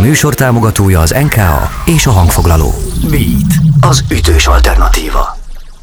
műsor támogatója az NKA és a hangfoglaló. Beat, az ütős alternatíva.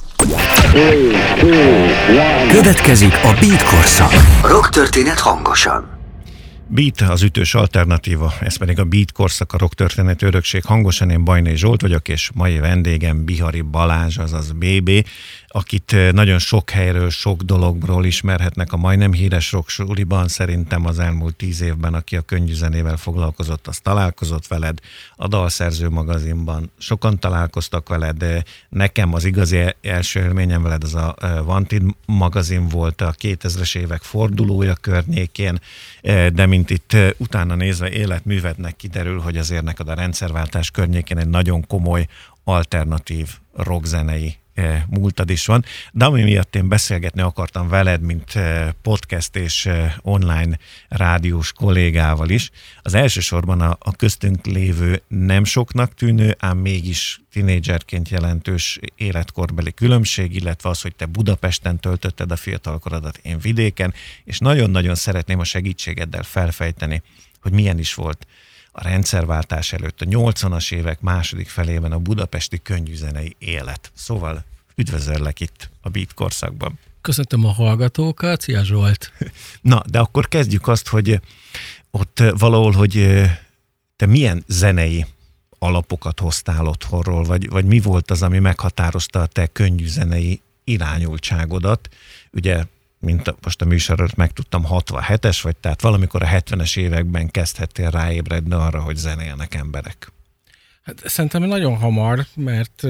Következik a Beat korszak. Rock történet hangosan. Beat, az ütős alternatíva, ez pedig a Beat korszak, a rock történet örökség hangosan. Én Bajnai Zsolt vagyok, és mai vendégem Bihari Balázs, azaz BB, akit nagyon sok helyről, sok dologról ismerhetnek a majdnem híres rock suliban. Szerintem az elmúlt 10 évben, aki a könnyűzenével foglalkozott, az találkozott veled. A Dalszerző magazinban sokan találkoztak veled. Nekem az igazi első élményem veled az a Wanted magazin volt a 2000-es évek fordulója környékén, de mint itt utána nézve életművednek kiderül, hogy azért neked a rendszerváltás környékén egy nagyon komoly alternatív rockzenei múltad is van, de ami miatt én beszélgetni akartam veled, mint podcast és online rádiós kollégával is, az elsősorban a köztünk lévő nem soknak tűnő, ám mégis tinédzserként jelentős életkorbeli különbség, illetve az, hogy te Budapesten töltötted a fiatalkorodat, én vidéken, és nagyon-nagyon szeretném a segítségeddel felfejteni, hogy milyen is volt a rendszerváltás előtt, a 80-as évek második felében a budapesti könnyűzenei élet. Szóval üdvözöllek itt a Beat korszakban. Köszöntöm a hallgatókat, szia Zsolt! Na, de akkor kezdjük azt, hogy ott valahol, hogy te milyen zenei alapokat hoztál otthonról, vagy mi volt az, ami meghatározta a te könnyűzenei irányultságodat? Ugye, mint most a műsorot megtudtam, 67-es vagy, tehát valamikor a 70-es években kezdhettél ráébredni arra, hogy zenélnek emberek. Hát szerintem nagyon hamar, mert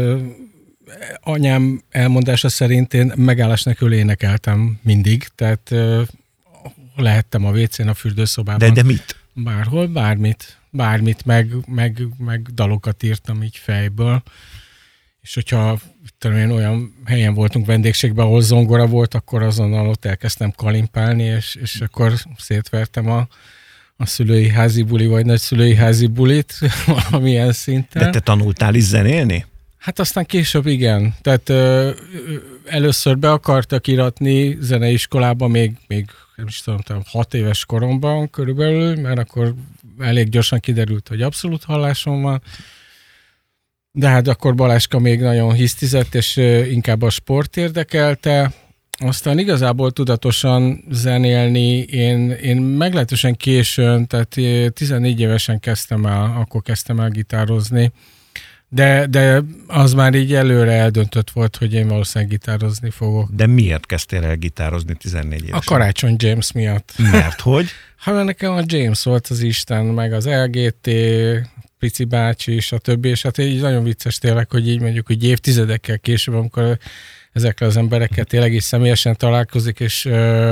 anyám elmondása szerint én megállás nélkül énekeltem mindig, tehát lehettem a WC-n, a fürdőszobában. De mit? Bárhol, bármit, meg dalokat írtam így fejből. És hogyha talán olyan helyen voltunk vendégségben, ahol zongora volt, akkor azonnal ott elkezdtem kalimpálni, és akkor szétvertem a szülői házi buli, vagy nagyszülői házi bulit valamilyen szinten. De te tanultál is zenélni? Hát aztán később igen. Tehát először be akartak iratni zeneiskolába, még nem is tudom, 6 éves koromban körülbelül, mert akkor elég gyorsan kiderült, hogy abszolút hallásom van. De hát akkor Balázska még nagyon hisztizett, és inkább a sport érdekelte. Aztán igazából tudatosan zenélni én meglehetősen későn, tehát 14 évesen akkor kezdtem el gitározni. De az már így előre eldöntött volt, hogy én valószínűleg gitározni fogok. De miért kezdtél el gitározni 14 évesen? A Karácsony James miatt. Mert hogy? Hát nekem a James volt az Isten, meg az LGT, Pici bácsi, stb. És hát így nagyon vicces tényleg, hogy így mondjuk, hogy évtizedekkel később, amikor ezekkel az emberekkel tényleg is személyesen találkozik, és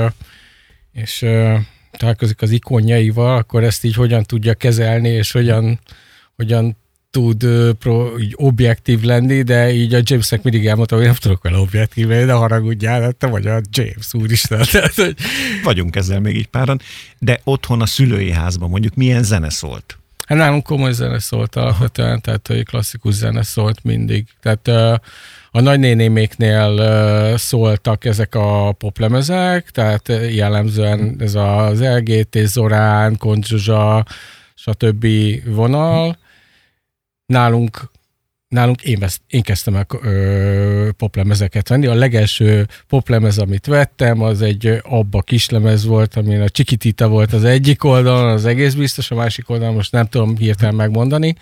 találkozik az ikonjaival, akkor ezt így hogyan tudja kezelni, és hogyan tud így objektív lenni, de így a Jamesnek mindig elmondtam, hogy nem tudok vele objektív lenni, de haragudjál, hát te vagy a James, úristen. Tehát, hogy... Vagyunk ezzel még így páran, de otthon a szülői házban mondjuk milyen zene szólt? Hát nálunk komoly zene szólt alapvetően, tehát hogy klasszikus zene szólt mindig. Tehát a nagynénéméknél szóltak ezek a poplemezek, tehát jellemzően ez az LGT, Zorán, Kont Zsuzsa, stb. Vonal. Nálunk én kezdtem el poplemezeket venni. A legelső poplemez, amit vettem, az egy Abba kislemez volt, amin a Chiquitita volt az egyik oldalon, az egész biztos, a másik oldalon most nem tudom hirtelen megmondani,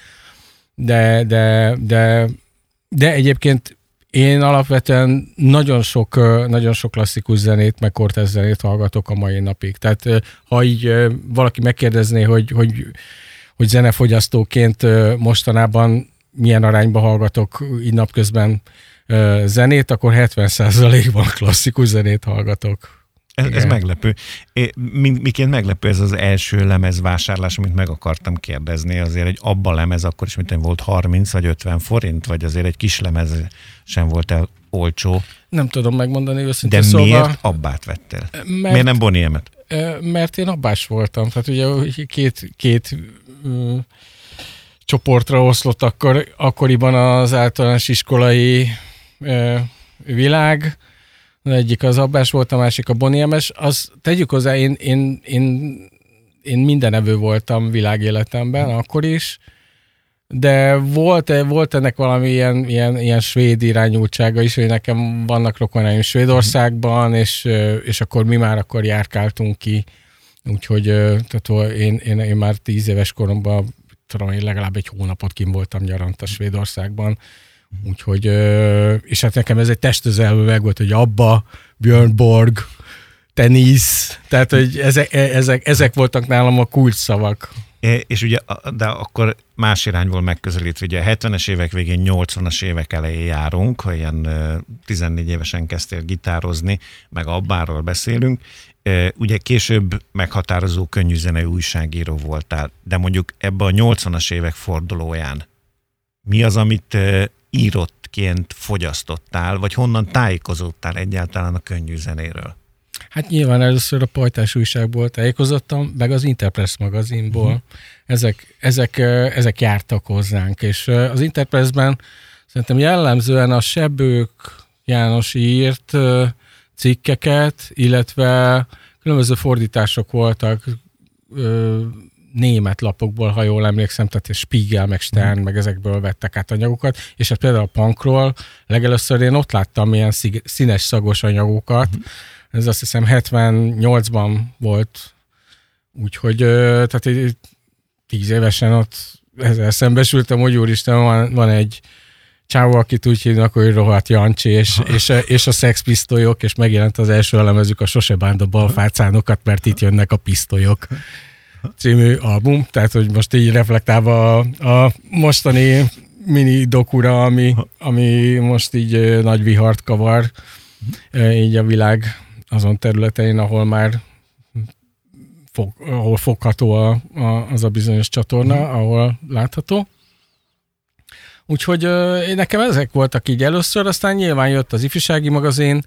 de egyébként én alapvetően nagyon sok klasszikus zenét, meg kortárs zenét hallgatok a mai napig. Tehát ha így valaki megkérdezné, hogy zenefogyasztóként mostanában milyen arányban hallgatok így napközben zenét, akkor 70%-ban klasszikus zenét hallgatok. Ez meglepő. Miként meglepő ez az első lemezvásárlás, amit meg akartam kérdezni, azért egy Abba lemez akkor is mint volt 30 vagy 50 forint, vagy azért egy kis lemez sem volt el olcsó. Nem tudom megmondani őszintén. De miért Abbát vettél? Miért nem Bonnie M-et? Mert én abbás voltam. Tehát ugye két csoportra oszlott akkoriban az általános iskolai világ. Az egyik az abbás volt, a másik a Bonnie M-es. Az tegyük hozzá, én én mindenevő voltam világéletemben, akkor is, de volt ennek valami ilyen svéd irányultsága is, hogy nekem vannak rokonaim Svédországban, és akkor mi már akkor járkáltunk ki. Úgyhogy tehát én már 10 éves koromban tudom, én legalább egy hónapot kint voltam nyaranta Svédországban. Úgyhogy, és hát nekem ez egy testközelből meg volt, hogy Abba, Björn Borg, tenisz, tehát hogy ezek voltak nálam a kulcsszavak. És ugye, de akkor más irányból megközelítve, ugye a 70-es évek végén, 80-as évek elején járunk, ha ilyen 14 évesen kezdtél gitározni, meg Abbáról beszélünk, ugye később meghatározó könnyűzenei újságíró voltál, de mondjuk ebbe a 80-as évek fordulóján mi az, amit írottként fogyasztottál, vagy honnan tájékozódtál egyáltalán a könnyűzenéről? Hát nyilván először a Pajtás újságból tájékozottam, meg az Interpress magazinból. Ezek jártak hozzánk, és az Interpressben szerintem jellemzően a Sebők János írt cikkeket, illetve különböző fordítások voltak német lapokból, ha jól emlékszem, tehát Spiegel, meg Stern, meg ezekből vettek át anyagokat, és hát például a punkról legelőször én ott láttam ilyen színes szagos anyagokat, ez azt hiszem 78-ban volt, úgyhogy tehát 10 évesen ott ezzel szembesültem, hogy úristen, van egy csávó, akit úgy hívnak, hogy Rohadt Jancsi, és a Sex Pisztolyok, és megjelent az első elemezük, a Sose bánt a balfácánokat, mert itt jönnek a pisztolyok című album, tehát hogy most így reflektálva a mostani mini dokura, ami most így nagy vihart kavar, így a világ azon területein, ahol már ahol fogható az a bizonyos csatorna, ahol látható. Úgyhogy nekem ezek voltak így először, aztán nyilván jött az ifjúsági magazin,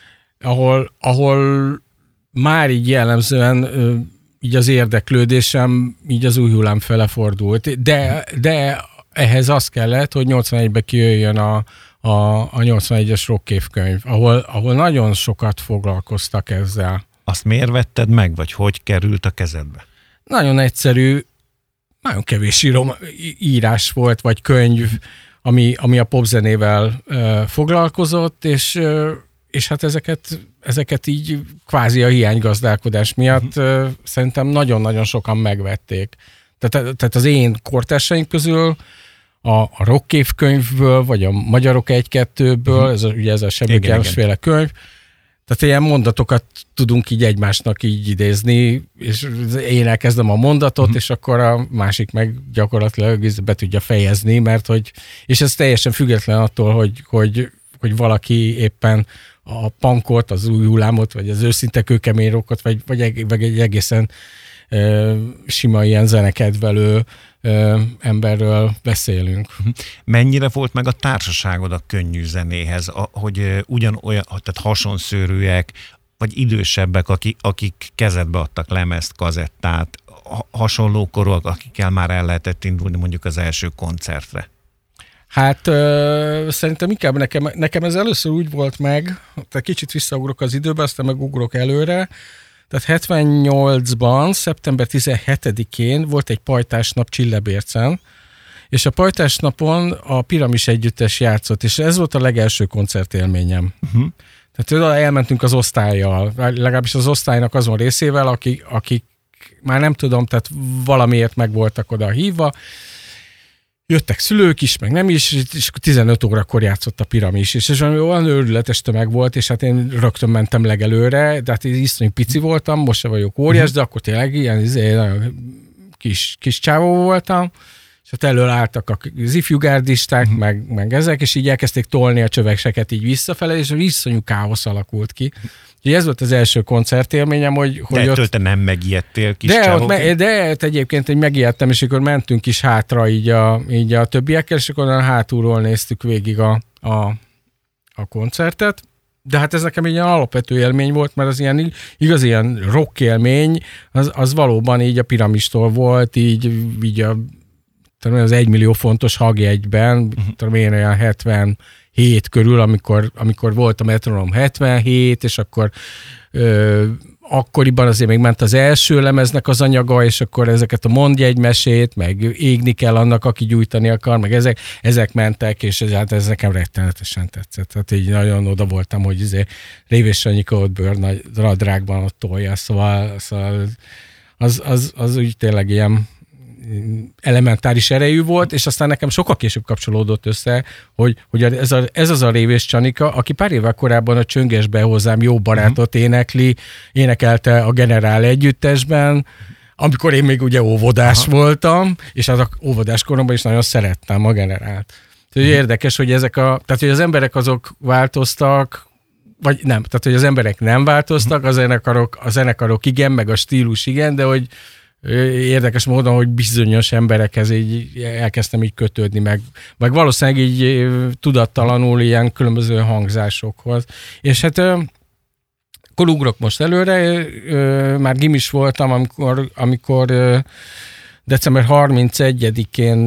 ahol már így jellemzően így az érdeklődésem így az új hullám fele fordult. De ehhez az kellett, hogy 81-ben kijöjjön a 81-es rockévkönyv, ahol nagyon sokat foglalkoztak ezzel. Azt miért vetted meg, vagy hogy került a kezedbe? Nagyon egyszerű, nagyon kevés írás volt, vagy könyv, ami a popzenével foglalkozott, és hát ezeket így kvázi a hiánygazdálkodás miatt szerintem nagyon-nagyon sokan megvették. Tehát az én kortársaim közül a rockévkönyvből, vagy a Magyarok 1-2-ből, ugye ez a Sebők János-féle könyv, tehát ilyen mondatokat tudunk így egymásnak így idézni, és én elkezdem a mondatot, és akkor a másik meg gyakorlatilag be tudja fejezni, mert hogy, és ez teljesen független attól, hogy valaki éppen a punkot, az új hullámot, vagy az őszinte kőkemény rockot, vagy egy egészen sima ilyen zenekedvelő emberről beszélünk. Mennyire volt meg a társaságod a könnyű zenéhez, hogy ugyanolyan, tehát hasonszőrűek, vagy idősebbek, akik kezedbe adtak lemezt, kazettát, hasonló korúak, akikkel már el lehetett indulni mondjuk az első koncertre? Hát szerintem inkább nekem ez először úgy volt meg, tehát kicsit visszaugrok az időbe, aztán meg ugrok előre. Tehát 78-ban, szeptember 17-én volt egy pajtásnap Csillebércen, és a pajtásnapon a Piramis együttes játszott, és ez volt a legelső koncertélményem. Tehát elmentünk az osztállyal, legalábbis az osztálynak azon részével, akik már nem tudom, tehát valamiért meg voltak oda hívva, jöttek szülők is, meg nem is, és 15 órakor játszott a Piramis, és olyan őrületes tömeg volt, és hát én rögtön mentem legelőre, de hát én iszonyú pici voltam, most se vagyok óriás, de akkor tényleg ilyen nagyon kis csávó voltam, és hát elől álltak az ifjúgárdisták, meg ezek, és így elkezdték tolni a csöveseket így visszafele, és iszonyú káosz alakult ki. Úgyhogy ez volt az első koncertélményem, hogy de ettől ott... te nem megijedtél kis de egyébként megijedtem, és akkor mentünk is hátra így a többiekkel, és akkor hátulról néztük végig a koncertet. De hát ez nekem egy ilyen alapvető élmény volt, mert az ilyen igaz ilyen rock élmény, az valóban így a Piramistól volt, így az 1 millió fontos hagjegyben, tudom én olyan 77 körül, amikor volt a Metronom 77, és akkor akkoriban azért még ment az első lemeznek az anyaga, és akkor ezeket a Mondj egy mesét, meg égni kell annak, aki gyújtani akar, meg ezek mentek, és hát ez nekem rettenetesen tetszett. Hát így nagyon oda voltam, hogy Révés Sanyika ott bőrnadrágban ott tolja, szóval az úgy tényleg ilyen elementáris erejű volt, és aztán nekem sokkal később kapcsolódott össze, hogy ez az a Révés Csanika, aki pár évvel korábban a Csöngesbe hozzám jó barátot énekelte a Generál együttesben, amikor én még ugye óvodás voltam, és az a óvodás koromban is nagyon szerettem a Generált. Tehát érdekes, hogy tehát hogy az emberek azok változtak, vagy nem, tehát hogy az emberek nem változtak, a zenekarok igen, meg a stílus igen, de hogy érdekes módon, hogy bizonyos emberekhez így elkezdtem így kötődni, meg valószínűleg így tudattalanul ilyen különböző hangzásokhoz. És hát akkor ugrok most előre, már gimis voltam, amikor december 31-én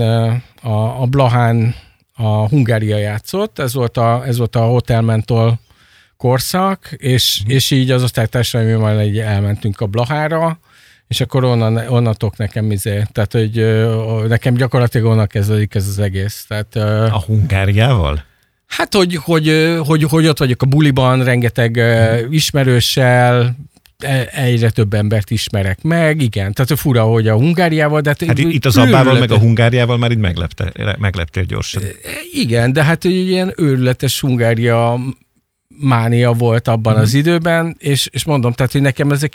a Blahán a Hungária játszott, ez volt a Hotel Mentol korszak, és így az osztálytársaimmal így elmentünk a Blahára, és akkor onnantól nekem tehát hogy nekem gyakorlatilag onnan kezdődik ez az egész. Tehát, a Hungáriával? Hát, hogy ott vagyok a buliban, rengeteg ismerőssel, egyre több embert ismerek meg, igen. Tehát fura, hogy a Hungáriával, de hát itt az Abbával meg a Hungáriával már így megleptél gyorsan. Igen, de hát ilyen őrületes Hungária mánia volt abban az időben, és mondom, tehát, hogy nekem ezek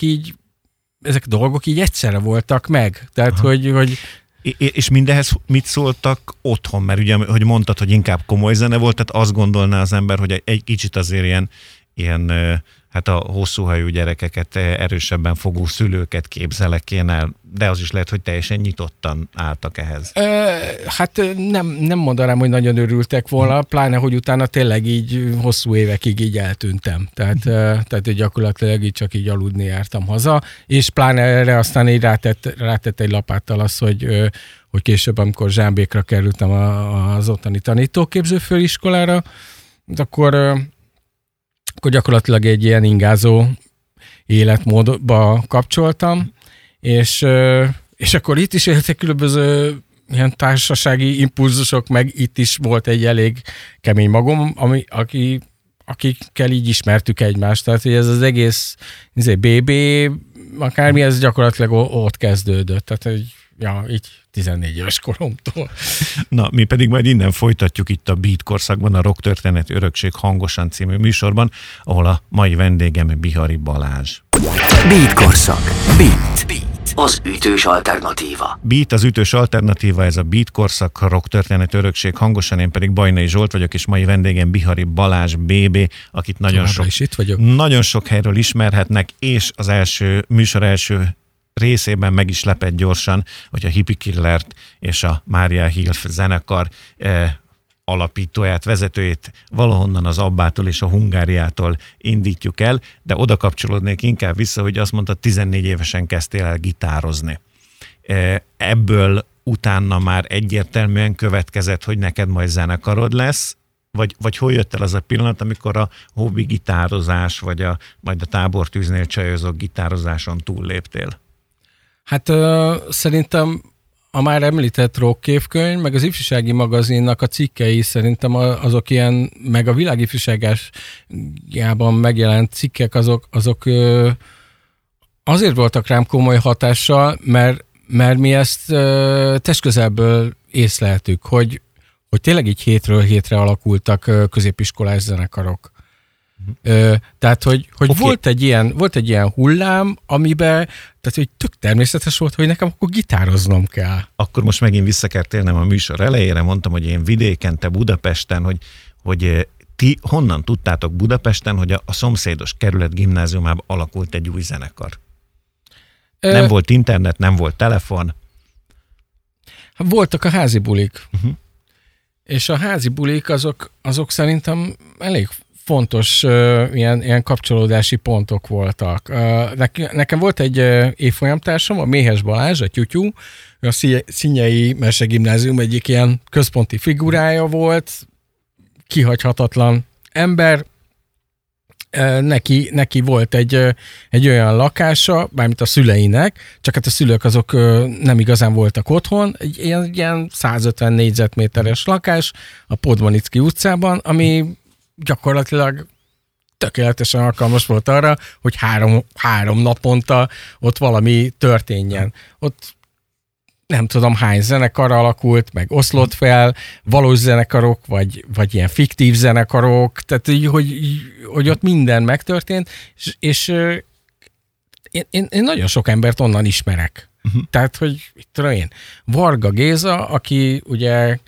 a dolgok így egyszerre voltak meg. Tehát, hogy... És mindehez mit szóltak otthon? Mert ugye, hogy mondtad, hogy inkább komoly zene volt, tehát azt gondolná az ember, hogy egy kicsit azért ilyen hát a hosszúhajú gyerekeket, erősebben fogó szülőket képzelek én el, de az is lehet, hogy teljesen nyitottan álltak ehhez. Hát nem mondanám, hogy nagyon örültek volna, pláne, hogy utána tényleg így hosszú évekig így eltűntem. Tehát gyakorlatilag így csak így aludni jártam haza, és pláne erre aztán így rátett egy lapáttal az, hogy később, amikor Zsámbékra kerültem az ottani tanítóképző főiskolára, akkor gyakorlatilag egy ilyen ingázó életmódba kapcsoltam, és akkor itt is éltek különböző ilyen társasági impulzusok, meg itt is volt egy elég kemény magom, akikkel így ismertük egymást. Tehát, hogy ez az egész BB, akármi, ez gyakorlatilag ott kezdődött. Tehát, hogy így 14 éves koromtól. Na, mi pedig majd innen folytatjuk itt a Beat korszakban, a Rock Történet Örökség hangosan című műsorban, ahol a mai vendégem Bihari Balázs. Beat korszak. Beat. Az ütős alternatíva. Beat, az ütős alternatíva, ez a Beat korszak, a Rock Történet Örökség hangosan, én pedig Bajnai Zsolt vagyok, és mai vendégem Bihari Balázs BB, akit nagyon sok helyről ismerhetnek, és az műsor első részében meg is lepett gyorsan, hogy a Hippie Killert és a Mária Hilf zenekar alapítóját, vezetőjét valahonnan az Abbától és a Hungáriától indítjuk el, de oda kapcsolódnék inkább vissza, hogy azt mondta, 14 évesen kezdtél el gitározni. Ebből utána már egyértelműen következett, hogy neked majd zenekarod lesz, vagy hol jött el az a pillanat, amikor a hobbi gitározás, majd a tábortűznél csajozó gitározáson túlléptél? Hát szerintem a már említett Rock évkönyv, meg az ifjúsági magazinnak a cikkei szerintem azok ilyen, meg a Világ ifjúságában megjelent cikkek, azok azért voltak rám komoly hatással, mert mi ezt testközelből észleltük, hogy tényleg így hétről hétre alakultak középiskolás zenekarok. Tehát, hogy okay. volt egy ilyen hullám, amiben, tehát, hogy tök természetes volt, hogy nekem akkor gitároznom kell. Akkor most megint vissza kell térnem a műsor elejére, mondtam, hogy én vidéken, te Budapesten, hogy ti honnan tudtátok Budapesten, hogy a szomszédos kerület gimnáziumában alakult egy új zenekar? Nem volt internet, nem volt telefon. Voltak a házi bulik. És a házi bulik azok szerintem elég fontos ilyen kapcsolódási pontok voltak. Nekem volt egy évfolyamtársam, a Méhes Balázs, a Tyutyú, a Szinyei Mesegimnázium egyik ilyen központi figurája volt, kihagyhatatlan ember. Neki volt egy olyan lakása, bármint a szüleinek, csak hát a szülők azok nem igazán voltak otthon, egy ilyen 150 négyzetméteres lakás a Podmanicki utcában, ami gyakorlatilag tökéletesen alkalmas volt arra, hogy három naponta ott valami történjen. Ott nem tudom hány zenekar alakult, meg oszlott fel, valós zenekarok, vagy ilyen fiktív zenekarok, tehát hogy ott minden megtörtént, és én nagyon sok embert onnan ismerek. Tehát, hogy itt tudom én, Varga Géza, aki ugye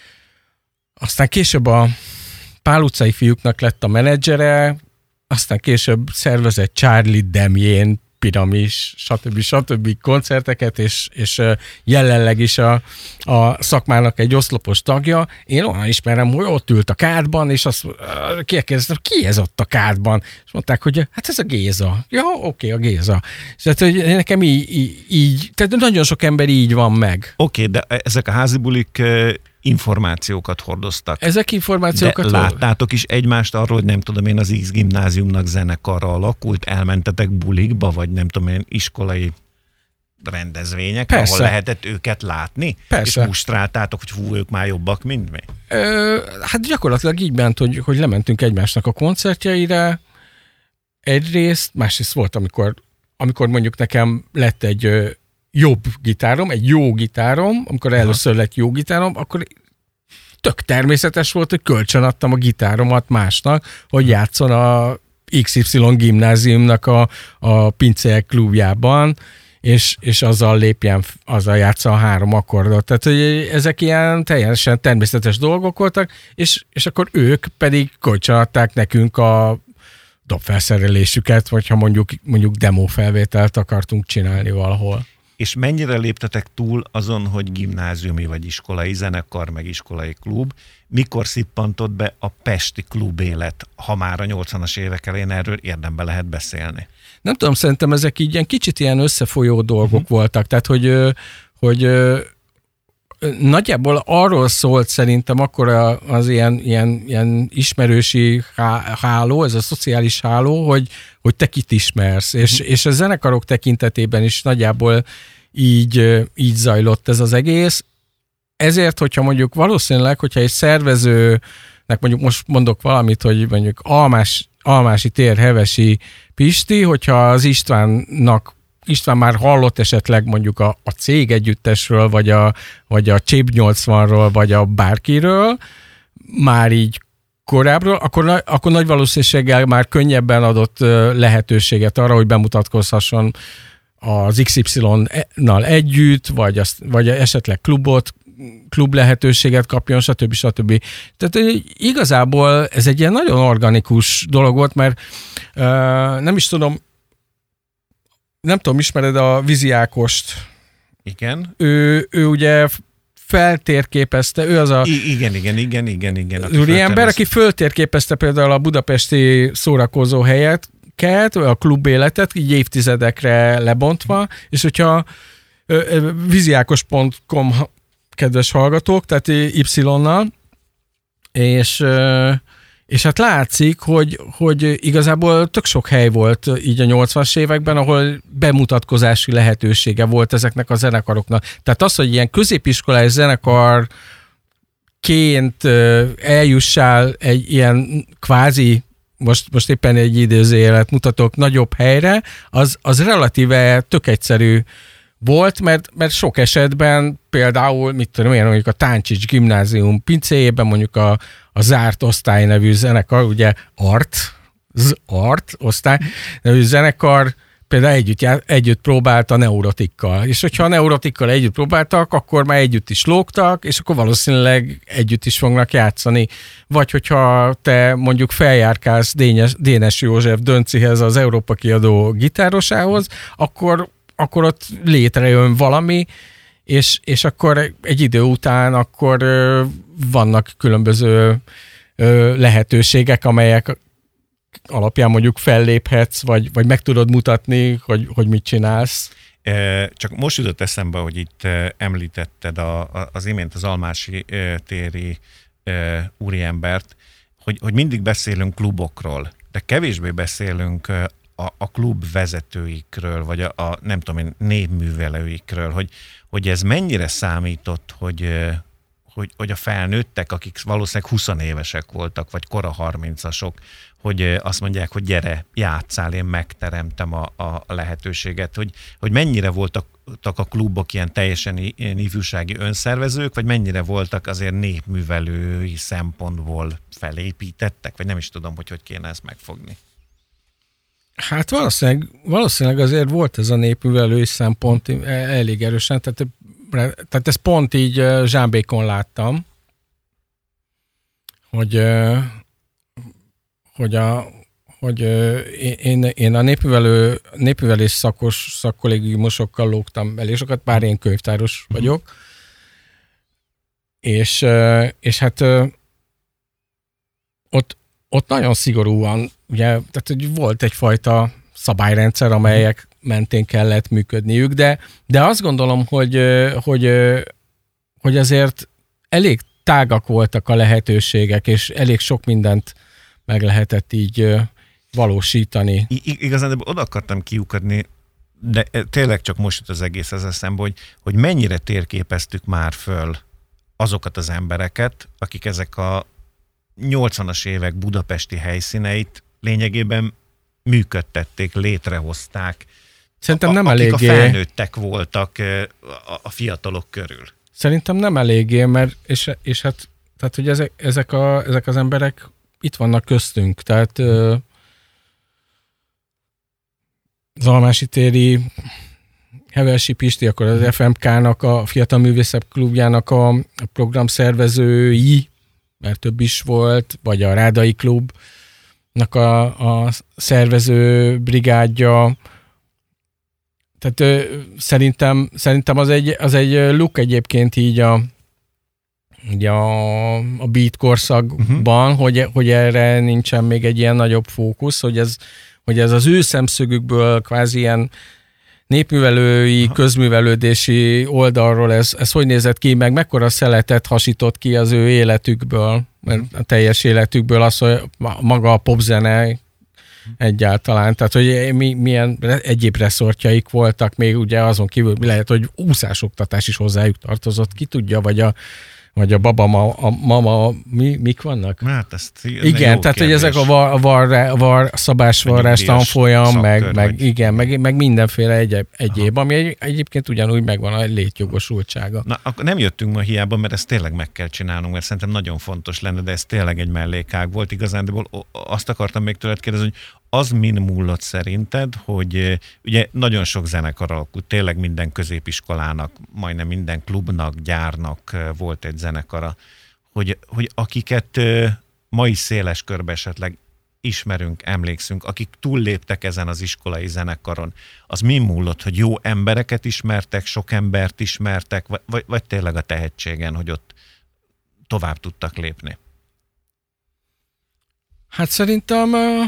aztán később a Pál utcai fiúknak lett a menedzsere, aztán később szervezett Charlie Demién, Piramis, stb. Koncerteket, és jelenleg is a szakmának egy oszlopos tagja. Én onnan ismerem, hogy ott ült a kádban, és azt kérdeztem, ki ez ott a kádban? És mondták, hogy hát ez a Géza. Ja, oké, a Géza. És tehát, hogy nekem így, tehát nagyon sok ember így van meg. Oké, de ezek a házi bulik információkat hordoztak. Ezek információkat... De láttátok is egymást arról, hogy nem tudom én, az X gimnáziumnak zenekarra alakult, elmentetek bulikba, vagy nem tudom én, iskolai rendezvények, persze, ahol lehetett őket látni? Persze. És mustráltátok, hogy hú, ők már jobbak, mint mi? Hát gyakorlatilag így ment, hogy lementünk egymásnak a koncertjeire. Egyrészt, másrészt volt, amikor mondjuk nekem lett egy jobb gitárom, egy jó gitárom, amikor először lett jó gitárom, akkor tök természetes volt, hogy kölcsönadtam a gitáromat másnak, hogy játszon a XY gimnáziumnak a pincélyek klubjában, és azzal játszan 3 akkordot. Tehát, hogy ezek ilyen teljesen természetes dolgok voltak, és akkor ők pedig kölcsönadták nekünk a dobfelszerelésüket, vagy ha mondjuk demo felvételt akartunk csinálni valahol. És mennyire léptetek túl azon, hogy gimnáziumi vagy iskolai zenekar, meg iskolai klub? Mikor szippantott be a pesti klubélet, ha már a 80-as évek elején erről érdemben lehet beszélni? Nem tudom, szerintem ezek így ilyen kicsit ilyen összefolyó dolgok voltak, tehát hogy nagyjából arról szólt szerintem akkor az ilyen ismerősi háló, ez a szociális háló, hogy te kit ismersz, és a zenekarok tekintetében is nagyjából így zajlott ez az egész. Ezért, hogyha mondjuk valószínűleg, hogyha egy szervezőnek mondjuk most mondok valamit, hogy mondjuk Almási tér Hevesi Pisti, hogyha az István már hallott esetleg mondjuk a cég együttesről, vagy a Csép 80-ról, vagy a bárkiről, már így korábbról, akkor nagy valószínűséggel már könnyebben adott lehetőséget arra, hogy bemutatkozhasson az XY-nal együtt, vagy esetleg klub lehetőséget kapjon, stb. Tehát igazából ez egy ilyen nagyon organikus dolog volt, mert nem tudom, ismered a Vizi Ákost? Igen. Ő ugye feltérképezte, ő az a... Igen. Úriember, aki föltérképezte például a budapesti szórakozó helyeket, a klubéletet, így évtizedekre lebontva, és hogyha viziákos.com kedves hallgatók, tehát Y-nal, és hát látszik, hogy igazából tök sok hely volt így a 80-as években, ahol bemutatkozási lehetősége volt ezeknek a zenekaroknak. Tehát az, hogy ilyen középiskolai zenekarként eljussál egy ilyen kvázi, most éppen egy idézőjelet mutatok, nagyobb helyre, az relatíve tök egyszerű volt, mert sok esetben például, mit tudom én, mondjuk a Táncsics gimnázium pincéjében mondjuk a zárt osztály nevű zenekar, ugye Art osztály nevű zenekar például együtt próbált a Neurotikkal. És hogyha a Neurotikkal együtt próbáltak, akkor már együtt is lógtak, és akkor valószínűleg együtt is fognak játszani. Vagy hogyha te mondjuk feljárkálsz Dénes József Döncihez, az Európa kiadó gitárosához, akkor ott létrejön valami, és akkor egy idő után akkor vannak különböző lehetőségek, amelyek alapján mondjuk felléphetsz, vagy meg tudod mutatni, hogy mit csinálsz. Csak most jutott eszembe, hogy itt említetted az imént az Almási téri úriembert, hogy mindig beszélünk klubokról, de kevésbé beszélünk a klub vezetőikről, vagy a nem tudom én, névművelőikről, hogy ez mennyire számított, hogy a felnőttek, akik valószínűleg 20 évesek voltak, vagy kora 30-asok, hogy azt mondják, hogy gyere, játsszál, én megteremtem a lehetőséget, hogy mennyire voltak a klubok ilyen teljesen ilyen ifjúsági önszervezők, vagy mennyire voltak azért népművelői szempontból felépítettek, vagy nem is tudom, hogy kéne ezt megfogni. Hát valószínűleg azért volt ez a népművelői szempont elég erősen, tehát ezt pont így Zsámbékon láttam, hogy én a népművelés szakkollégiumosokkal lógtam elég sokat, bár én könyvtáros vagyok, és hát ott nagyon szigorúan, ugye, tehát hogy volt egyfajta szabályrendszer, amelyek mentén kellett működniük, de azt gondolom, hogy azért elég tágak voltak a lehetőségek, és elég sok mindent meg lehetett így valósítani. Igazán oda akartam kiukadni, de tényleg csak most jut az egész az eszembe, hogy mennyire térképeztük már föl azokat az embereket, akik ezek a 80-as évek budapesti helyszíneit lényegében működtették, létrehozták. Szerintem nem akik eléggé. A felnőttek voltak a fiatalok körül. Szerintem nem eléggé, mert és hát, tehát, hogy ezek az emberek itt vannak köztünk, tehát az Almási téri Heversi Pisti, akkor az FMK-nak, a Fiatal Művészek Klubjának a programszervezői, mert több is volt, vagy a Rádai Klubnak a szervező brigádja. Tehát szerintem az egy look egyébként így a beat korszakban, hogy erre nincsen még egy ilyen nagyobb fókusz, hogy ez az ő szemszögükből kvázi ilyen népművelői, közművelődési oldalról ez hogy nézett ki, meg mekkora szeletet hasított ki az ő életükből, mert a teljes életükből az, hogy maga a popzene egyáltalán, tehát hogy milyen egyéb reszortjaik voltak, még ugye azon kívül lehet, hogy úszásoktatás is hozzájuk tartozott, ki tudja, vagy a baba, mama, mik vannak? Hát ezt igen, tehát hogy ezek a szabásvarrás tanfolyam, meg mindenféle egyéb, ami egyébként ugyanúgy megvan a létjogosultsága. Na, akkor nem jöttünk ma hiába, mert ezt tényleg meg kell csinálnunk, mert szerintem nagyon fontos lenne, de ez tényleg egy mellékág volt. Igazándiból azt akartam még tőled kérdezni, hogy az min múlott szerinted, hogy ugye nagyon sok zenekar alakult, tényleg minden középiskolának, majdnem minden klubnak, gyárnak volt egy zenekara, hogy akiket ma is széles körbe esetleg ismerünk, emlékszünk, akik túlléptek ezen az iskolai zenekaron, az min múlott, hogy jó embereket ismertek, sok embert ismertek, vagy tényleg a tehetségen, hogy ott tovább tudtak lépni? Hát szerintem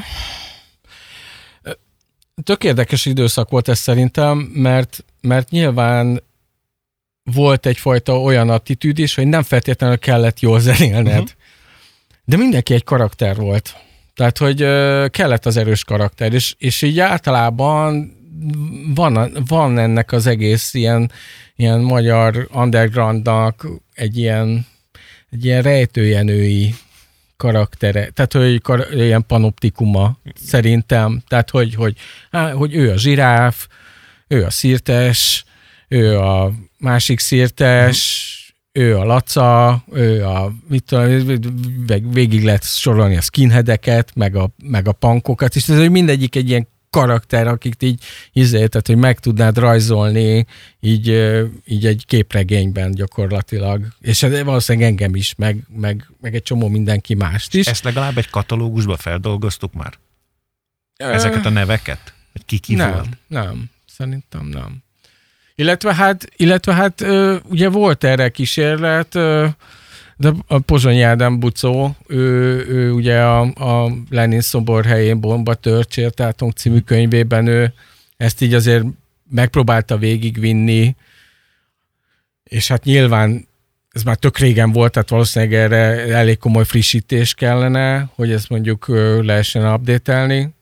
tök érdekes időszak volt ez szerintem, mert nyilván volt egyfajta olyan attitűd is, hogy nem feltétlenül kellett jól zenélned. De mindenki egy karakter volt. Tehát, hogy kellett az erős karakter, és így általában van ennek az egész ilyen magyar undergroundnak egy ilyen rejtőjenői karaktere, tehát hogy ilyen panoptikuma szerintem, tehát hogy ő a zsiráf, ő a szirtes, ő a másik szirtes, ő a laca, ő a végig lehet sorolni a skinheadeket, meg a punkokat, és ez, hogy mindegyik egy ilyen karakter, akik így tehát, hogy meg tudnád rajzolni így egy képregényben gyakorlatilag. És valószínűleg engem is, meg egy csomó mindenki mást is. Ezt legalább egy katalógusba feldolgoztuk már? Ezeket a neveket? Ki volt? Nem, szerintem nem. Illetve hát ugye volt erre kísérlet, de a Pozsonyi Ádám Bucó, ő ugye a Lenin szobor helyén bomba tört Csértátunk című könyvében ő ezt így azért megpróbálta végigvinni, és hát nyilván ez már tök régen volt, tehát valószínűleg erre elég komoly frissítés kellene, hogy ezt mondjuk lehessen update-elni,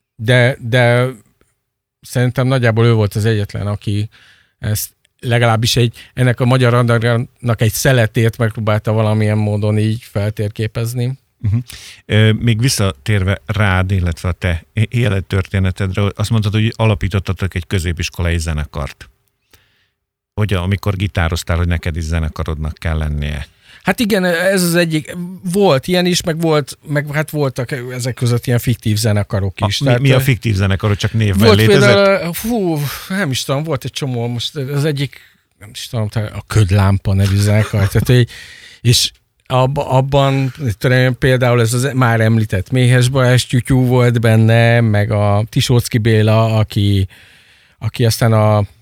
de szerintem nagyjából ő volt az egyetlen, aki ezt legalábbis ennek a magyar radarnak egy szeletét megpróbálta valamilyen módon így feltérképezni. Még visszatérve rád, illetve a te élettörténetedre, azt mondtad, hogy alapítottatok egy középiskolai zenekart. Hogy amikor gitároztál, hogy neked is zenekarodnak kell lennie. Hát igen, ez az egyik. Volt ilyen is, meg voltak ezek között ilyen fiktív zenekarok is. Mi a fiktív zenekarok, csak névvel volt létezett? Például, nem is tudom, volt egy csomó, most az egyik, nem is tudom, a Ködlámpa nevű zenekar. Tehát, és abban például ez az már említett Méhes Balázs Tyutyú volt benne, meg a Tisóczky Béla, aki aztán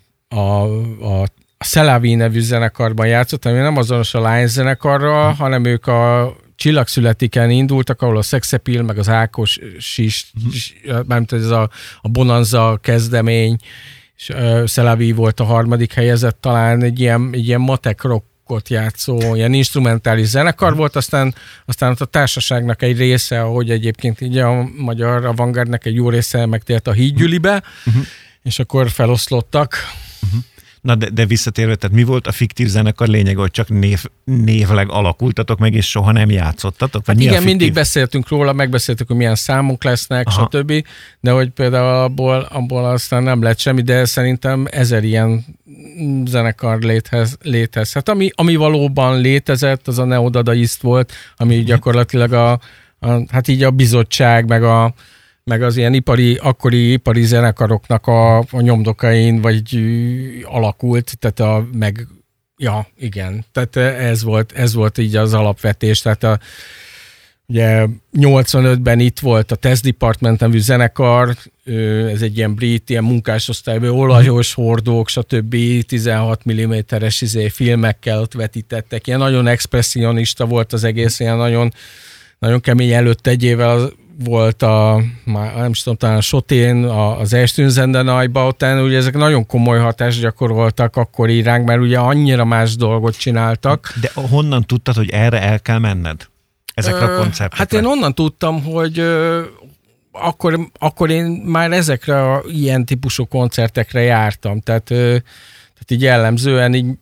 a Szelavi nevű zenekarban játszott, ami nem azonos a Lions zenekarral, hanem ők a Csillagszületiken indultak, ahol a Sex Appeal, meg az Ákos is, mármint ez a Bonanza kezdemény, és Szelavi volt a harmadik helyezett, talán egy ilyen matek rockot játszó, ilyen instrumentális zenekar volt, aztán ott a társaságnak egy része, ahogy egyébként így a magyar avantgárdnak egy jó része megtért a Hídgyülibe, és akkor feloszlottak. Na de visszatérve, tehát mi volt a fiktív zenekar lényege, hogy csak névleg alakultatok meg, és soha nem játszottatok? Hát igen, mindig beszéltünk róla, megbeszéltük, hogy milyen számunk lesznek, stb. De hogy például abból aztán nem lett semmi, de szerintem 1000 ilyen zenekar létezhet. Ami valóban létezett, az a Neodadaist volt, ami gyakorlatilag hát így a bizottság, meg az ilyen akkori ipari zenekaroknak a nyomdokain vagy alakult, tehát igen, tehát ez volt így az alapvetés, tehát ugye 85-ben itt volt a Test Department nevű zenekar, ez egy ilyen brit, ilyen munkásosztályban, olajos hordók, stb. 16 mm-es filmekkel ott vetítettek, ilyen nagyon expresszionista volt az egész, ilyen nagyon, nagyon kemény. Előtt egy évvel volt nem is tudom, talán a Sotén, az Erstünzenden Neubauten, ugye ezek nagyon komoly hatást gyakoroltak akkor ránk, mert ugye annyira más dolgot csináltak. De honnan tudtad, hogy erre el kell menned? Ezekre a koncertekre? Hát én onnan tudtam, hogy akkor én már ezekre a ilyen típusú koncertekre jártam, tehát így jellemzően így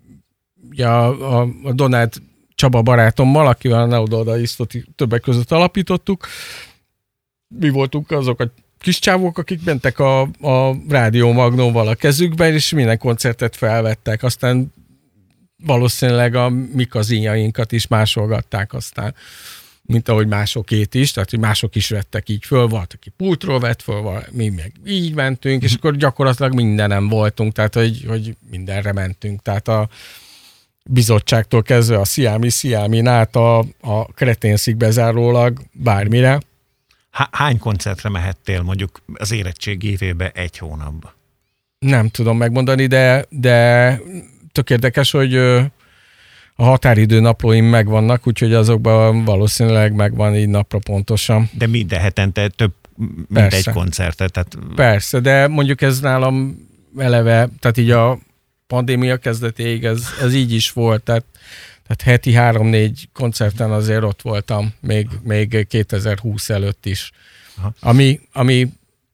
a Donát Csaba barátommal, akivel a Neodadaistot többek között alapítottuk. Mi voltunk azok a kis csávók, akik mentek a Rádió Magnóval a kezükben, és minden koncertet felvettek. Aztán valószínűleg a mi kazinjainkat is másolgatták aztán, mint ahogy másokét is, tehát hogy mások is vettek így föl, volt, aki pultról vett föl, mi meg így mentünk, és akkor gyakorlatilag mindenem voltunk, tehát hogy mindenre mentünk. Tehát a bizottságtól kezdve a Sziámin át a Kreténszig bezárólag bármire. Hány koncertre mehettél mondjuk az érettség évében egy hónapban? Nem tudom megmondani, de tök érdekes, hogy a határidő naplóim megvannak, úgyhogy azokban valószínűleg megvan így napra pontosan. De minden hetente több, mint egy koncertet? Tehát... Persze, de mondjuk ez nálam eleve, tehát így a pandémia kezdetéig ez így is volt, tehát heti 3-4 koncerten azért ott voltam, még 2020 előtt is. Ami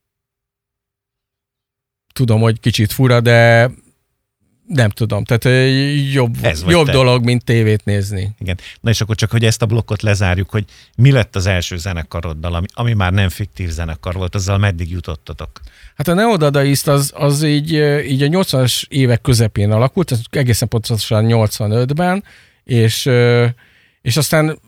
tudom, hogy kicsit fura, de nem tudom, tehát jobb dolog, mint tévét nézni. Igen. Na és akkor csak, hogy ezt a blokkot lezárjuk, hogy mi lett az első zenekaroddal, ami már nem fiktív zenekar volt, azzal meddig jutottatok? Hát a Neodadaist az így a 80-as évek közepén alakult, egészen pontosan 85-ben, és aztán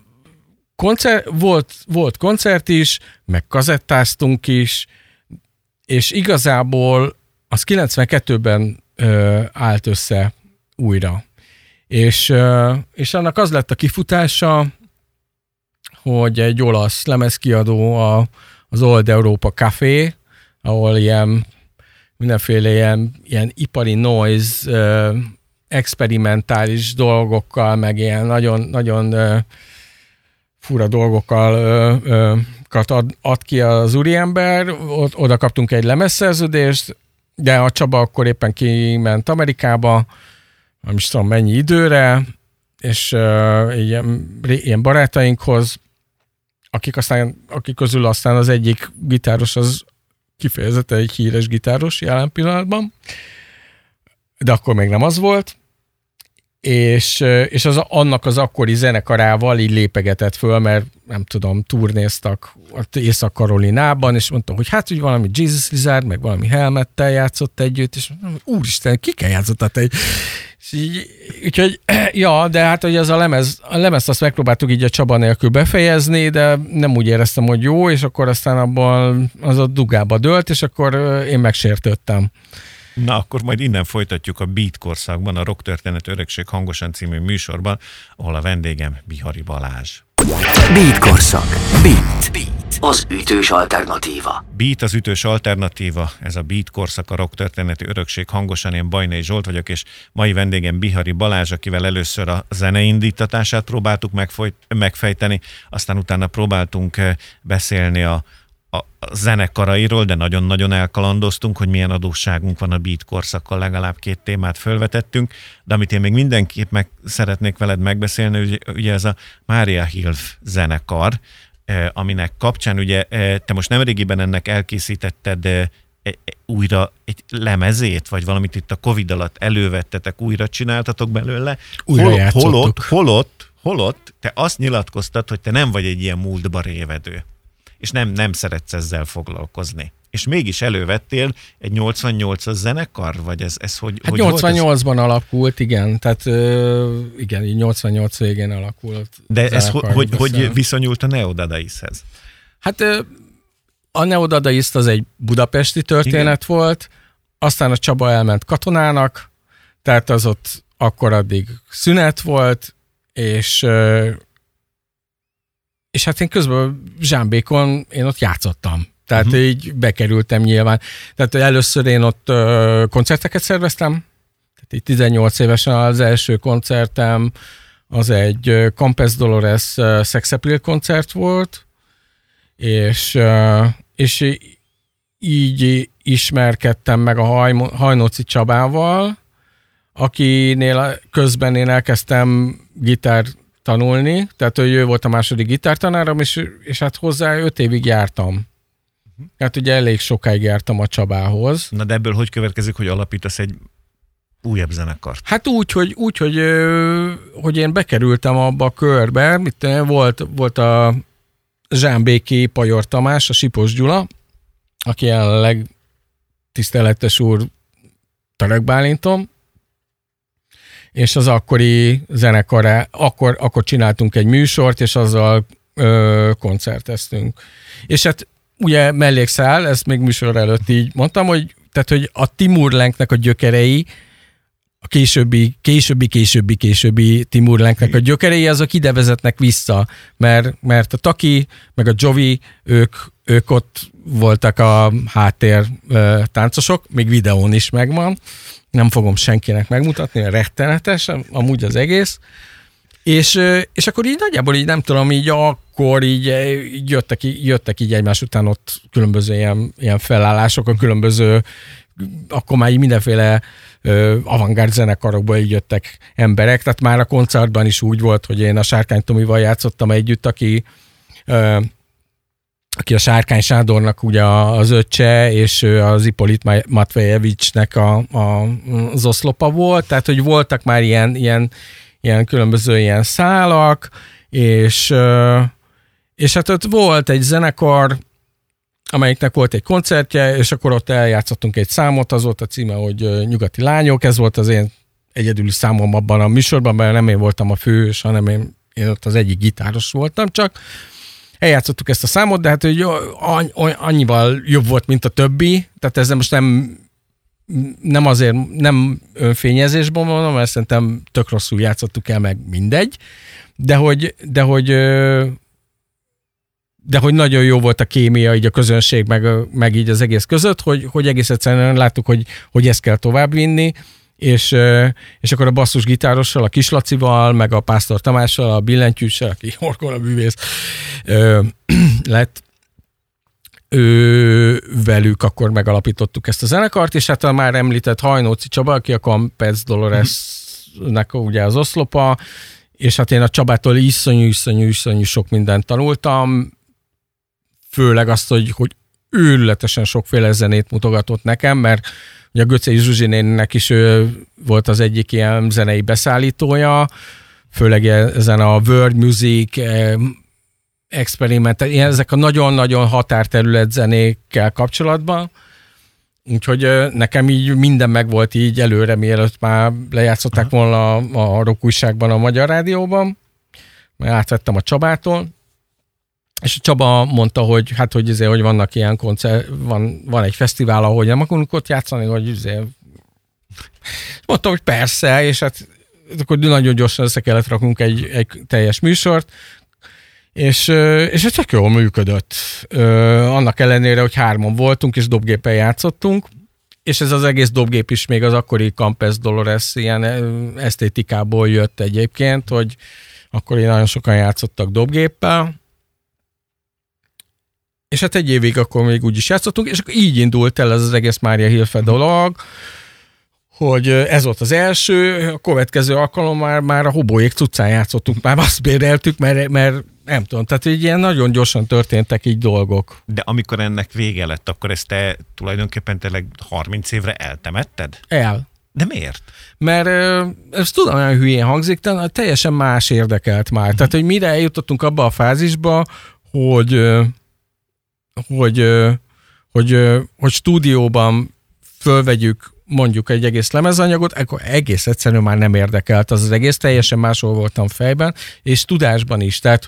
volt koncert is, meg kazettáztunk is, és igazából az 92-ben állt össze újra. És annak az lett a kifutása, hogy egy olasz lemezkiadó, az Old Europa Café, ahol mindenféle ilyen ipari noise, experimentális dolgokkal, meg ilyen nagyon, nagyon fura dolgokkal ad ki az úriember. Oda kaptunk egy lemezszerződést, de a Csaba akkor éppen kiment Amerikába, nem is tudom mennyi időre, és ilyen barátainkhoz, akik közül aztán az egyik gitáros az kifejezetten egy híres gitáros jelen pillanatban, de akkor még nem az volt, és annak az akkori zenekarával így lépegetett föl, mert nem tudom, turnéztak Észak-Karolinában, és mondtam, hogy hát úgy valami Jesus Lizard, meg valami Helmettel játszott együtt, és mondtam, úristen, kikkel játszott egy... Úgyhogy, ja, de hát hogy az a lemezt azt megpróbáltuk így a Csaba nélkül befejezni, de nem úgy éreztem, hogy jó, és akkor aztán abban az a dugába dőlt, és akkor én megsértődtem. Na, akkor majd innen folytatjuk a Beat korszakban, a Rock Történet Örökség hangosan című műsorban, ahol a vendégem Bihari Balázs. Beat korszak. Beat. Az ütős alternatíva. Beat az ütős alternatíva, ez a Beat korszak, a Rock Történeti Örökség hangosan, én Bajnai Zsolt vagyok, és mai vendégem Bihari Balázs, akivel először a zeneindítatását próbáltuk megfejteni, aztán utána próbáltunk beszélni a zenekarairól, de nagyon-nagyon elkalandoztunk, hogy milyen adósságunk van a Beat korszakkal, legalább 2 témát felvetettünk, de amit én még mindenképp szeretnék veled megbeszélni, ugye ez a Maria Hilf zenekar, aminek kapcsán ugye te most nemrégiben ennek elkészítetted újra egy lemezét, vagy valamit itt a Covid alatt elővettetek, újra csináltatok belőle. Holott te azt nyilatkoztad, hogy te nem vagy egy ilyen múltba révedő, és nem szeretsz ezzel foglalkozni. És mégis elővettél egy 88-as zenekar? Vagy ez hogy, hát hogy 88-ban alakult, igen. Tehát igen, 88 végén alakult. De ez hogy viszonyult a Neodadaishez? Hát a Neodadaist az egy budapesti történet volt, aztán a Csaba elment katonának, tehát az ott akkor addig szünet volt, és hát én közben Zsámbékon én ott játszottam. Tehát így bekerültem nyilván. Tehát először én ott koncerteket szerveztem. Tehát így 18 évesen az első koncertem az egy Campes Dolores Sex Appeal koncert volt, és így ismerkedtem meg a Hajnóci Csabával, akinél közben én elkezdtem gitár tanulni, tehát ő volt a második gitártanárom, és hát hozzá 5 évig jártam. Hát ugye elég sokáig jártam a Csabához. Na de ebből hogy következik, hogy alapítasz egy újabb zenekart? Hát úgy, hogy én bekerültem abba a körbe, volt a Zsámbéki Pajor Tamás, a Sipos Gyula, aki jelenleg tiszteletes úr Török Bálintom, és az akkori zenekar, akkor csináltunk egy műsort, és azzal koncerteztünk. És hát ugye mellékszál, ezt még műsor előtt így mondtam, hogy a Timur Lenknek a gyökerei, a későbbi Timur Lenknek a gyökerei, azok ide vezetnek vissza, mert a Taki, meg a Jovi, ők ott voltak a háttér táncosok, még videón is megvan, nem fogom senkinek megmutatni, rettenetes, amúgy az egész. És akkor így nagyjából így nem tudom, így akkor így jöttek így egymás után ott különböző ilyen felállások, a különböző, akkor már így mindenféle avantgárd zenekarokból így jöttek emberek, tehát már a koncertben is úgy volt, hogy én a Sárkány Tomival játszottam együtt, aki a Sárkány Sándornak ugye az öccse, és az Ipolit Matvejevicsnek az oszlopa volt, tehát hogy voltak már ilyen különböző ilyen szálak, és hát ott volt egy zenekar, amelyiknek volt egy koncertje, és akkor ott eljátszottunk egy számot, az volt a címe, hogy Nyugati Lányok, ez volt az én egyedüli számom abban a műsorban, mert nem én voltam a fős, hanem én ott az egyik gitáros voltam csak. Eljátszottuk ezt a számot, de hát hogy annyival jobb volt, mint a többi, tehát ezzel most nem azért, nem önfényezésben mondom, mert szerintem tök rosszul játszottuk el, meg mindegy, de hogy nagyon jó volt a kémia, így a közönség, meg így az egész között, hogy egész egyszerűen láttuk, hogy ezt kell továbbvinni, és akkor a basszusgitárossal, a Kislacival, meg a Pásztor Tamással, a billentyűssel, aki orgonabűvész lett, velük akkor megalapítottuk ezt a zenekart, és hát a már említett Hajnóci Csaba, aki a Campes Doloresnek ugye az oszlopa, és hát én a Csabától iszonyú sok mindent tanultam, főleg azt, hogy őrületesen sokféle zenét mutogatott nekem, mert ugye a Göcsei Zsuzsi néninek is ő volt az egyik ilyen zenei beszállítója, főleg ezen a world music, experiment, ezek a nagyon-nagyon határterület zenékkel kapcsolatban. Úgyhogy nekem így minden megvolt így előre, mielőtt már lejátszották volna a Rock újságban, a Magyar Rádióban. Mert átvettem a Csabától. És a Csaba mondta, hogy hát, hogy vannak ilyen koncert, van egy fesztivál, ahol nem akarunk ott játszani, hogy mondtam, hogy persze, és hát akkor nagyon gyorsan össze kellett raknunk egy teljes műsort, és ez tök jól működött. Annak ellenére, hogy 3-an voltunk, és dobgéppel játszottunk, és ez az egész dobgép is még az akkori Campes Dolores ilyen esztétikából jött egyébként, hogy akkor nagyon sokan játszottak dobgéppel, és hát egy évig akkor még úgy is játszottunk, és akkor így indult el ez az egész Mária Hilfe dolog, hogy ez volt az első, a következő alkalommal már a Hobóék cuccán játszottunk, már azt béreltük, mert nem tudom, tehát így ilyen nagyon gyorsan történtek így dolgok. De amikor ennek vége lett, akkor ezt te tulajdonképpen tényleg 30 évre eltemetted? De miért? Mert ezt tudom, olyan hülyén hangzik, de teljesen más érdekelt már. Tehát, hogy mire eljutottunk abba a fázisba, hogy stúdióban fölvegyük mondjuk egy egész lemezanyagot, akkor egész egyszerűen már nem érdekelt az egész, teljesen máshol voltam fejben, és tudásban is. Tehát,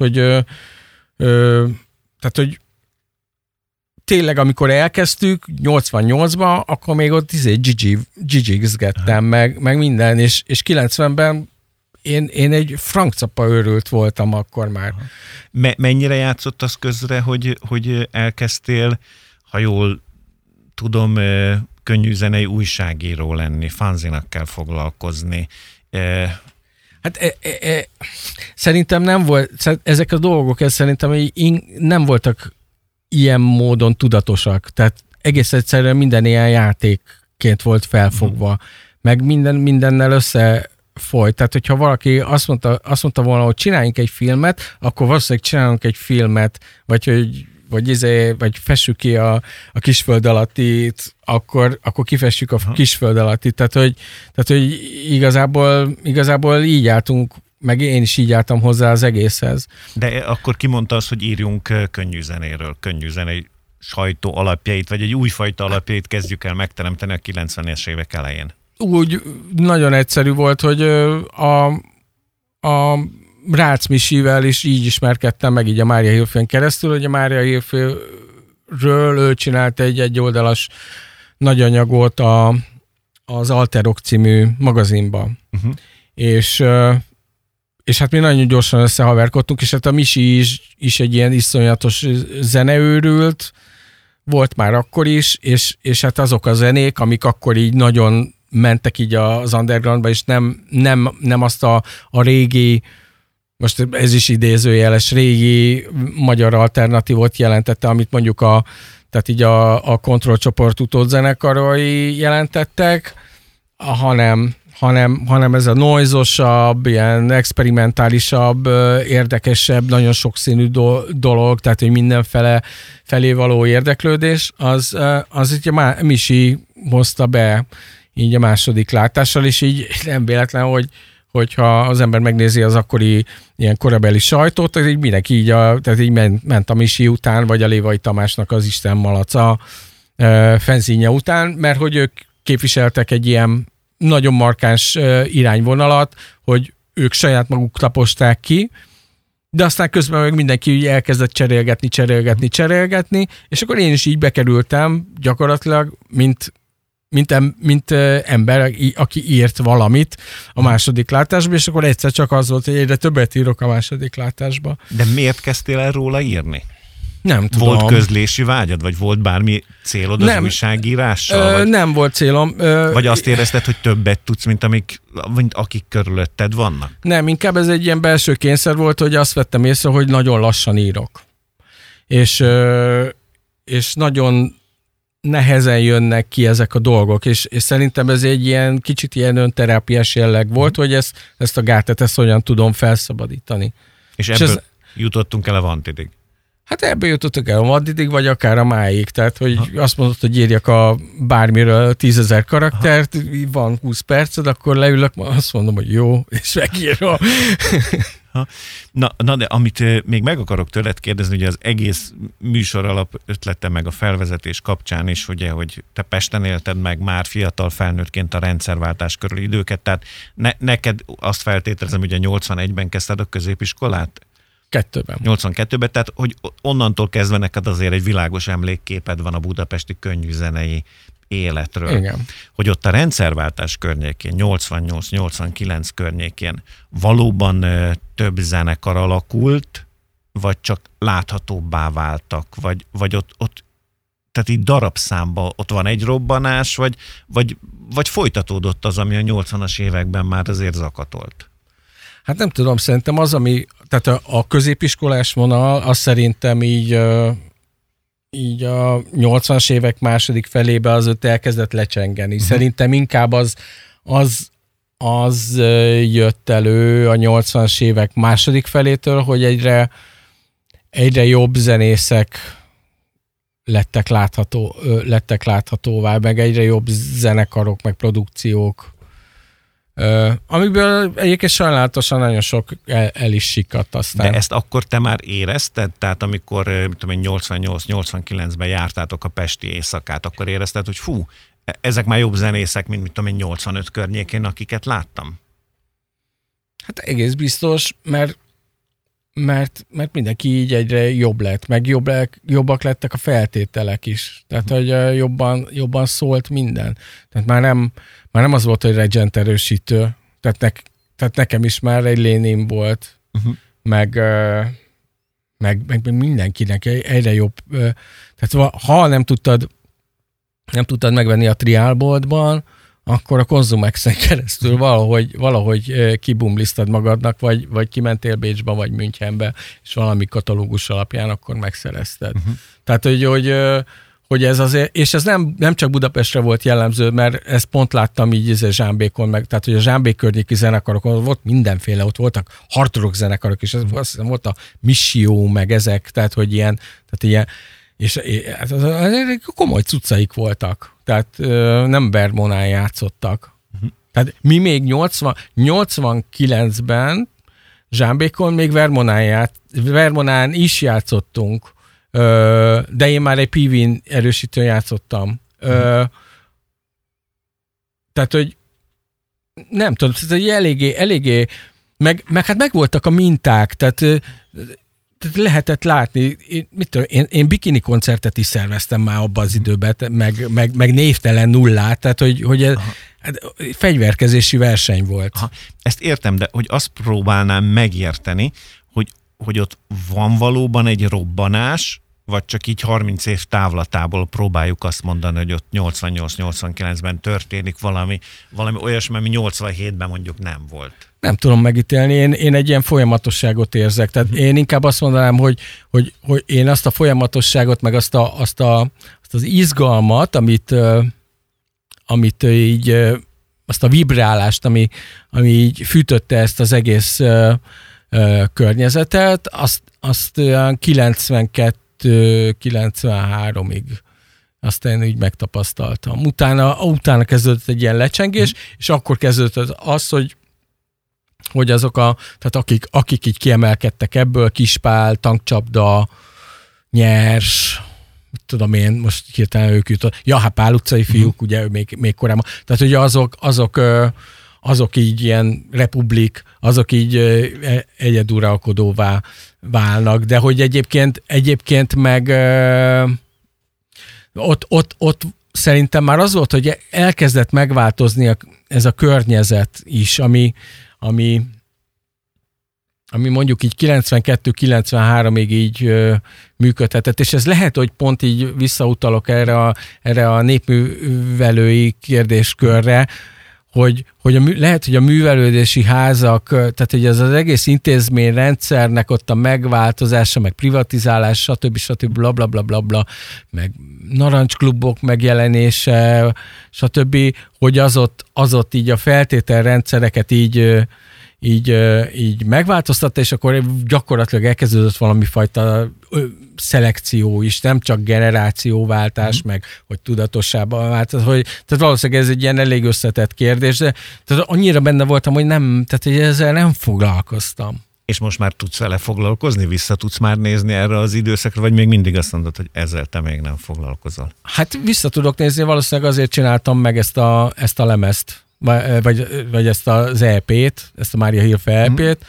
hogy tényleg, amikor elkezdtük 88-ban, akkor még ott gigigzgettem, meg minden, és 90-ben én egy frankcapa őrült voltam akkor már. Mennyire játszott az közre, hogy elkezdtél, ha jól tudom, könnyűzenei újságíró lenni, fanzinakkel foglalkozni? Hát szerintem nem volt, ezek a dolgok szerintem nem voltak ilyen módon tudatosak. Tehát egész egyszerűen minden ilyen játékként volt felfogva, meg mindennel összefolyt. Tehát, hogyha valaki azt mondta volna, hogy csináljunk egy filmet, akkor valószínűleg csinálunk egy filmet, vagy fessük ki a kisföld alattit, akkor kifessük a kisföld alattit. Tehát, hogy igazából így álltunk, meg én is így álltam hozzá az egészhez. De akkor ki mondta azt, hogy írjunk könnyűzenéről, könnyűzenei sajtó alapjait, vagy egy újfajta alapjait kezdjük el megteremteni a 90-es évek elején? Úgy nagyon egyszerű volt, hogy a Rácz Misivel is így ismerkedtem meg így a Mária Hilfén keresztül, hogy a Mária Hilféről ő csinált egy oldalas nagyanyagot az Alterok című magazinban. És hát mi nagyon gyorsan összehaverkodtunk, és hát a Misi is egy ilyen iszonyatos zeneőrült volt már akkor is, és hát azok a zenék, amik akkor így nagyon mentek így az undergroundba, és nem azt a régi, most ez is idézőjeles, régi magyar alternatívot jelentette, amit mondjuk tehát így a kontrollcsoport utódzenekarai jelentettek, hanem ez a noizosabb, ilyen experimentálisabb, érdekesebb, nagyon sokszínű dolog, tehát hogy felé való érdeklődés, az így a Misi hozta be így a második látással, és így nem véletlen, hogyha az ember megnézi az akkori ilyen korabeli sajtót, így mindenki így, tehát így ment a Misi után, vagy a Lévai Tamásnak az Isten Malaca fenzínje után, mert hogy ők képviseltek egy ilyen nagyon markáns irányvonalat, hogy ők saját maguk taposták ki, de aztán közben meg mindenki úgy elkezdett cserélgetni, és akkor én is így bekerültem gyakorlatilag, mint ember, aki írt valamit a második látásba, és akkor egyszer csak az volt, hogy egyre többet írok a második látásba. De miért kezdtél el róla írni? Nem tudom. Volt közlési vágyad, vagy volt bármi célod az újságírással? Vagy, nem volt célom. Vagy azt érezted, hogy többet tudsz, mint akik körülötted vannak? Nem, inkább ez egy ilyen belső kényszer volt, hogy azt vettem észre, hogy nagyon lassan írok. És nagyon nehezen jönnek ki ezek a dolgok, és szerintem ez egy ilyen kicsit ilyen önterápiás jelleg volt, hogy ezt a gátat, ezt hogyan tudom felszabadítani. És ebből jutottunk el a Vantidig. Hát ebből jutottunk el a Vantidig, vagy akár a máig, tehát hogy azt mondod, hogy írjak a bármiről 10 000 karaktert, van 20 perced, akkor leülök, azt mondom, hogy jó, és megírom. Na, de amit még meg akarok tőled kérdezni, ugye az egész műsor alap ötlete meg a felvezetés kapcsán is, ugye, hogy te Pesten élted meg már fiatal felnőttként a rendszerváltás körüli időket, tehát neked azt feltételezem, hogy a 81-ben kezdted a középiskolát? 82-ben, tehát hogy onnantól kezdve neked azért egy világos emlékképed van a budapesti könyvzenei életről. Igen. Hogy ott a rendszerváltás környékén, 88-89 környékén valóban több zenekar alakult, vagy csak láthatóbbá váltak, vagy ott tehát így darabszámban ott van egy robbanás, vagy folytatódott az, ami a 80-as években már azért zakatolt? Hát nem tudom, szerintem az, tehát a középiskolás vonal, az szerintem így a 80-as évek második felébe az ott elkezdett lecsengeni. Szerintem inkább az jött elő a 80-as évek második felétől, hogy egyre jobb zenészek lettek láthatóvá, meg egyre jobb zenekarok, meg produkciók. Amikből egyébként sajnálatosan nagyon sok el is sikadt aztán. De ezt akkor te már érezted? Tehát amikor 88-89-ben jártátok a pesti éjszakát, akkor érezted, hogy fú, ezek már jobb zenészek, mint 85 környékén, akiket láttam? Hát egész biztos, mert mindenki így egyre jobb lett, meg jobbak lettek a feltételek is. Tehát, hogy jobban szólt minden. Tehát már nem az volt, hogy Regent erősítő. Tehát nekem is már egy Lénin volt, meg mindenkinek egyre jobb. Tehát ha nem tudtad megvenni a Triálboltban, akkor a Konzumexen keresztül valahogy kibumlisztad magadnak, vagy kimentél Bécsbe, vagy Münchenbe, és valami katalógus alapján akkor megszerezted. Tehát, hogy ez azért, és ez nem csak Budapestre volt jellemző, mert ezt pont láttam így Zsámbékon, meg, tehát, hogy a Zsámbék környéki zenekarokon volt mindenféle, ott voltak hard rock zenekarok, és azt hiszem volt a Mission, meg ezek, tehát, hogy ilyen és komoly cuccaik voltak. Tehát nem Vermonán játszottak. Tehát mi még 89-ben Zsámbékon még Vermonán is játszottunk, de én már egy Pivin erősítőn játszottam. Tehát, hogy nem tudom, tehát eléggé meg hát megvoltak a minták, tehát lehetett látni, én bikini koncertet is szerveztem már abban az időben, meg névtelen nullát, tehát hogy ez fegyverkezési verseny volt. Aha, ezt értem, de hogy azt próbálnám megérteni, hogy ott van valóban egy robbanás, vagy csak így 30 év távlatából próbáljuk azt mondani, hogy ott 88-89-ben történik valami olyasmi, ami 87-ben mondjuk nem volt. Nem tudom megítélni, én egy ilyen folyamatosságot érzek. Tehát én inkább azt mondanám, hogy én azt a folyamatosságot, meg azt az izgalmat, amit így, azt a vibrálást, ami így fűtötte ezt az egész környezetet, azt 92-93-ig azt én így megtapasztaltam. Utána kezdődött egy ilyen lecsengés, és akkor kezdődött az, hogy azok tehát akik így kiemelkedtek ebből, Kispál, Tankcsapda, Nyers, tudom én, most hirtelen ők jutott. Ja, hát Pál utcai fiúk, ugye még korábban. Tehát ugye azok így ilyen republik, azok így egyeduralkodóvá válnak, de hogy egyébként meg ott szerintem már az volt, hogy elkezdett megváltozni ez a környezet is, ami mondjuk így 92-93-ig így működhetett, és ez lehet, hogy pont így visszautalok erre a népművelői kérdéskörre, lehet, hogy a művelődési házak, tehát hogy ez az egész intézményrendszernek ott a megváltozása, meg privatizálás, stb. Blablabla, meg narancsklubok megjelenése, stb., hogy az ott így a feltételrendszereket így megváltoztatta, és akkor gyakorlatilag elkezdődött valami fajta szelekció is, nem csak generációváltás, meg hogy tudatossában változás, tehát valószínűleg ez egy ilyen elég összetett kérdés, de tehát annyira benne voltam, hogy nem, tehát hogy ezzel nem foglalkoztam. És most már tudsz vele foglalkozni? Vissza tudsz már nézni erre az időszakra, vagy még mindig azt mondod, hogy ezzel te még nem foglalkozol? Hát vissza tudok nézni, valószínűleg azért csináltam meg ezt a lemezt, vagy ezt az EP-t, ezt a Mária Hilfe EP-t,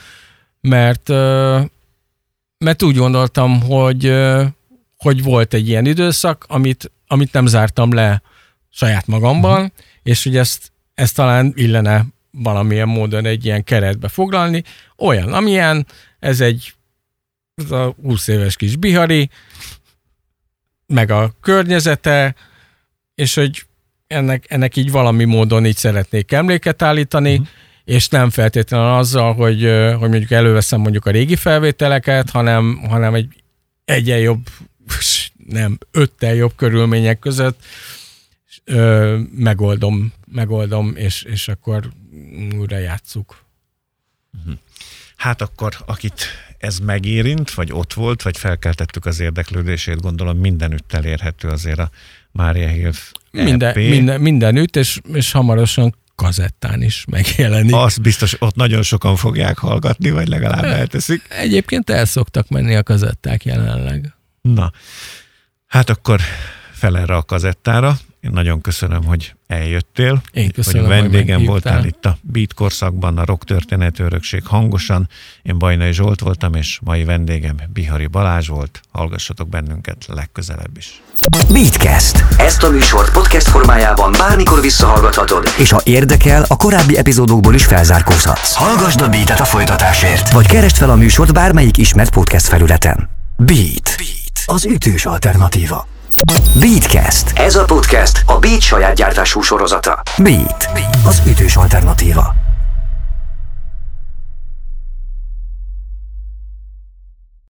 mert úgy gondoltam, hogy volt egy ilyen időszak, amit nem zártam le saját magamban, és hogy ezt talán illene valamilyen módon egy ilyen keretbe foglalni. Olyan, amilyen, ez a 20 éves kis Bihari, meg a környezete, és hogy ennek így valami módon így szeretnék emléket állítani, és nem feltétlenül azzal, hogy mondjuk előveszem mondjuk a régi felvételeket, hanem egy egyen jobb, nem, 5-tel jobb körülmények között megoldom, és akkor újra játsszuk. Hát akkor, akit ez megérint, vagy ott volt, vagy felkeltettük az érdeklődését, gondolom mindenütt elérhető azért a Mária Hilfe EP. Mindenütt, és hamarosan kazettán is megjelenik. Azt biztos, ott nagyon sokan fogják hallgatni, vagy legalább elteszik. Egyébként el szoktak menni a kazetták jelenleg. Na, hát akkor fel erre a kazettára. Én nagyon köszönöm, hogy eljöttél. Én köszönöm, hogy vendégem voltál itt a Beat korszakban, a Rock Történetű Örökség hangosan. Én Bajnai Zsolt voltam, és mai vendégem Bihari Balázs volt. Hallgassatok bennünket legközelebb is. Beatcast. Ezt a műsort podcast formájában bármikor visszahallgathatod, és ha érdekel, a korábbi epizódokból is felzárkózhatsz. Hallgasd a Beatet a folytatásért, vagy keresd fel a műsort bármelyik ismert podcast felületen. Beat. Az ütős alternatíva. Beatcast. Ez a podcast a Beat saját gyártású sorozata. Beat. Az ütős alternatíva.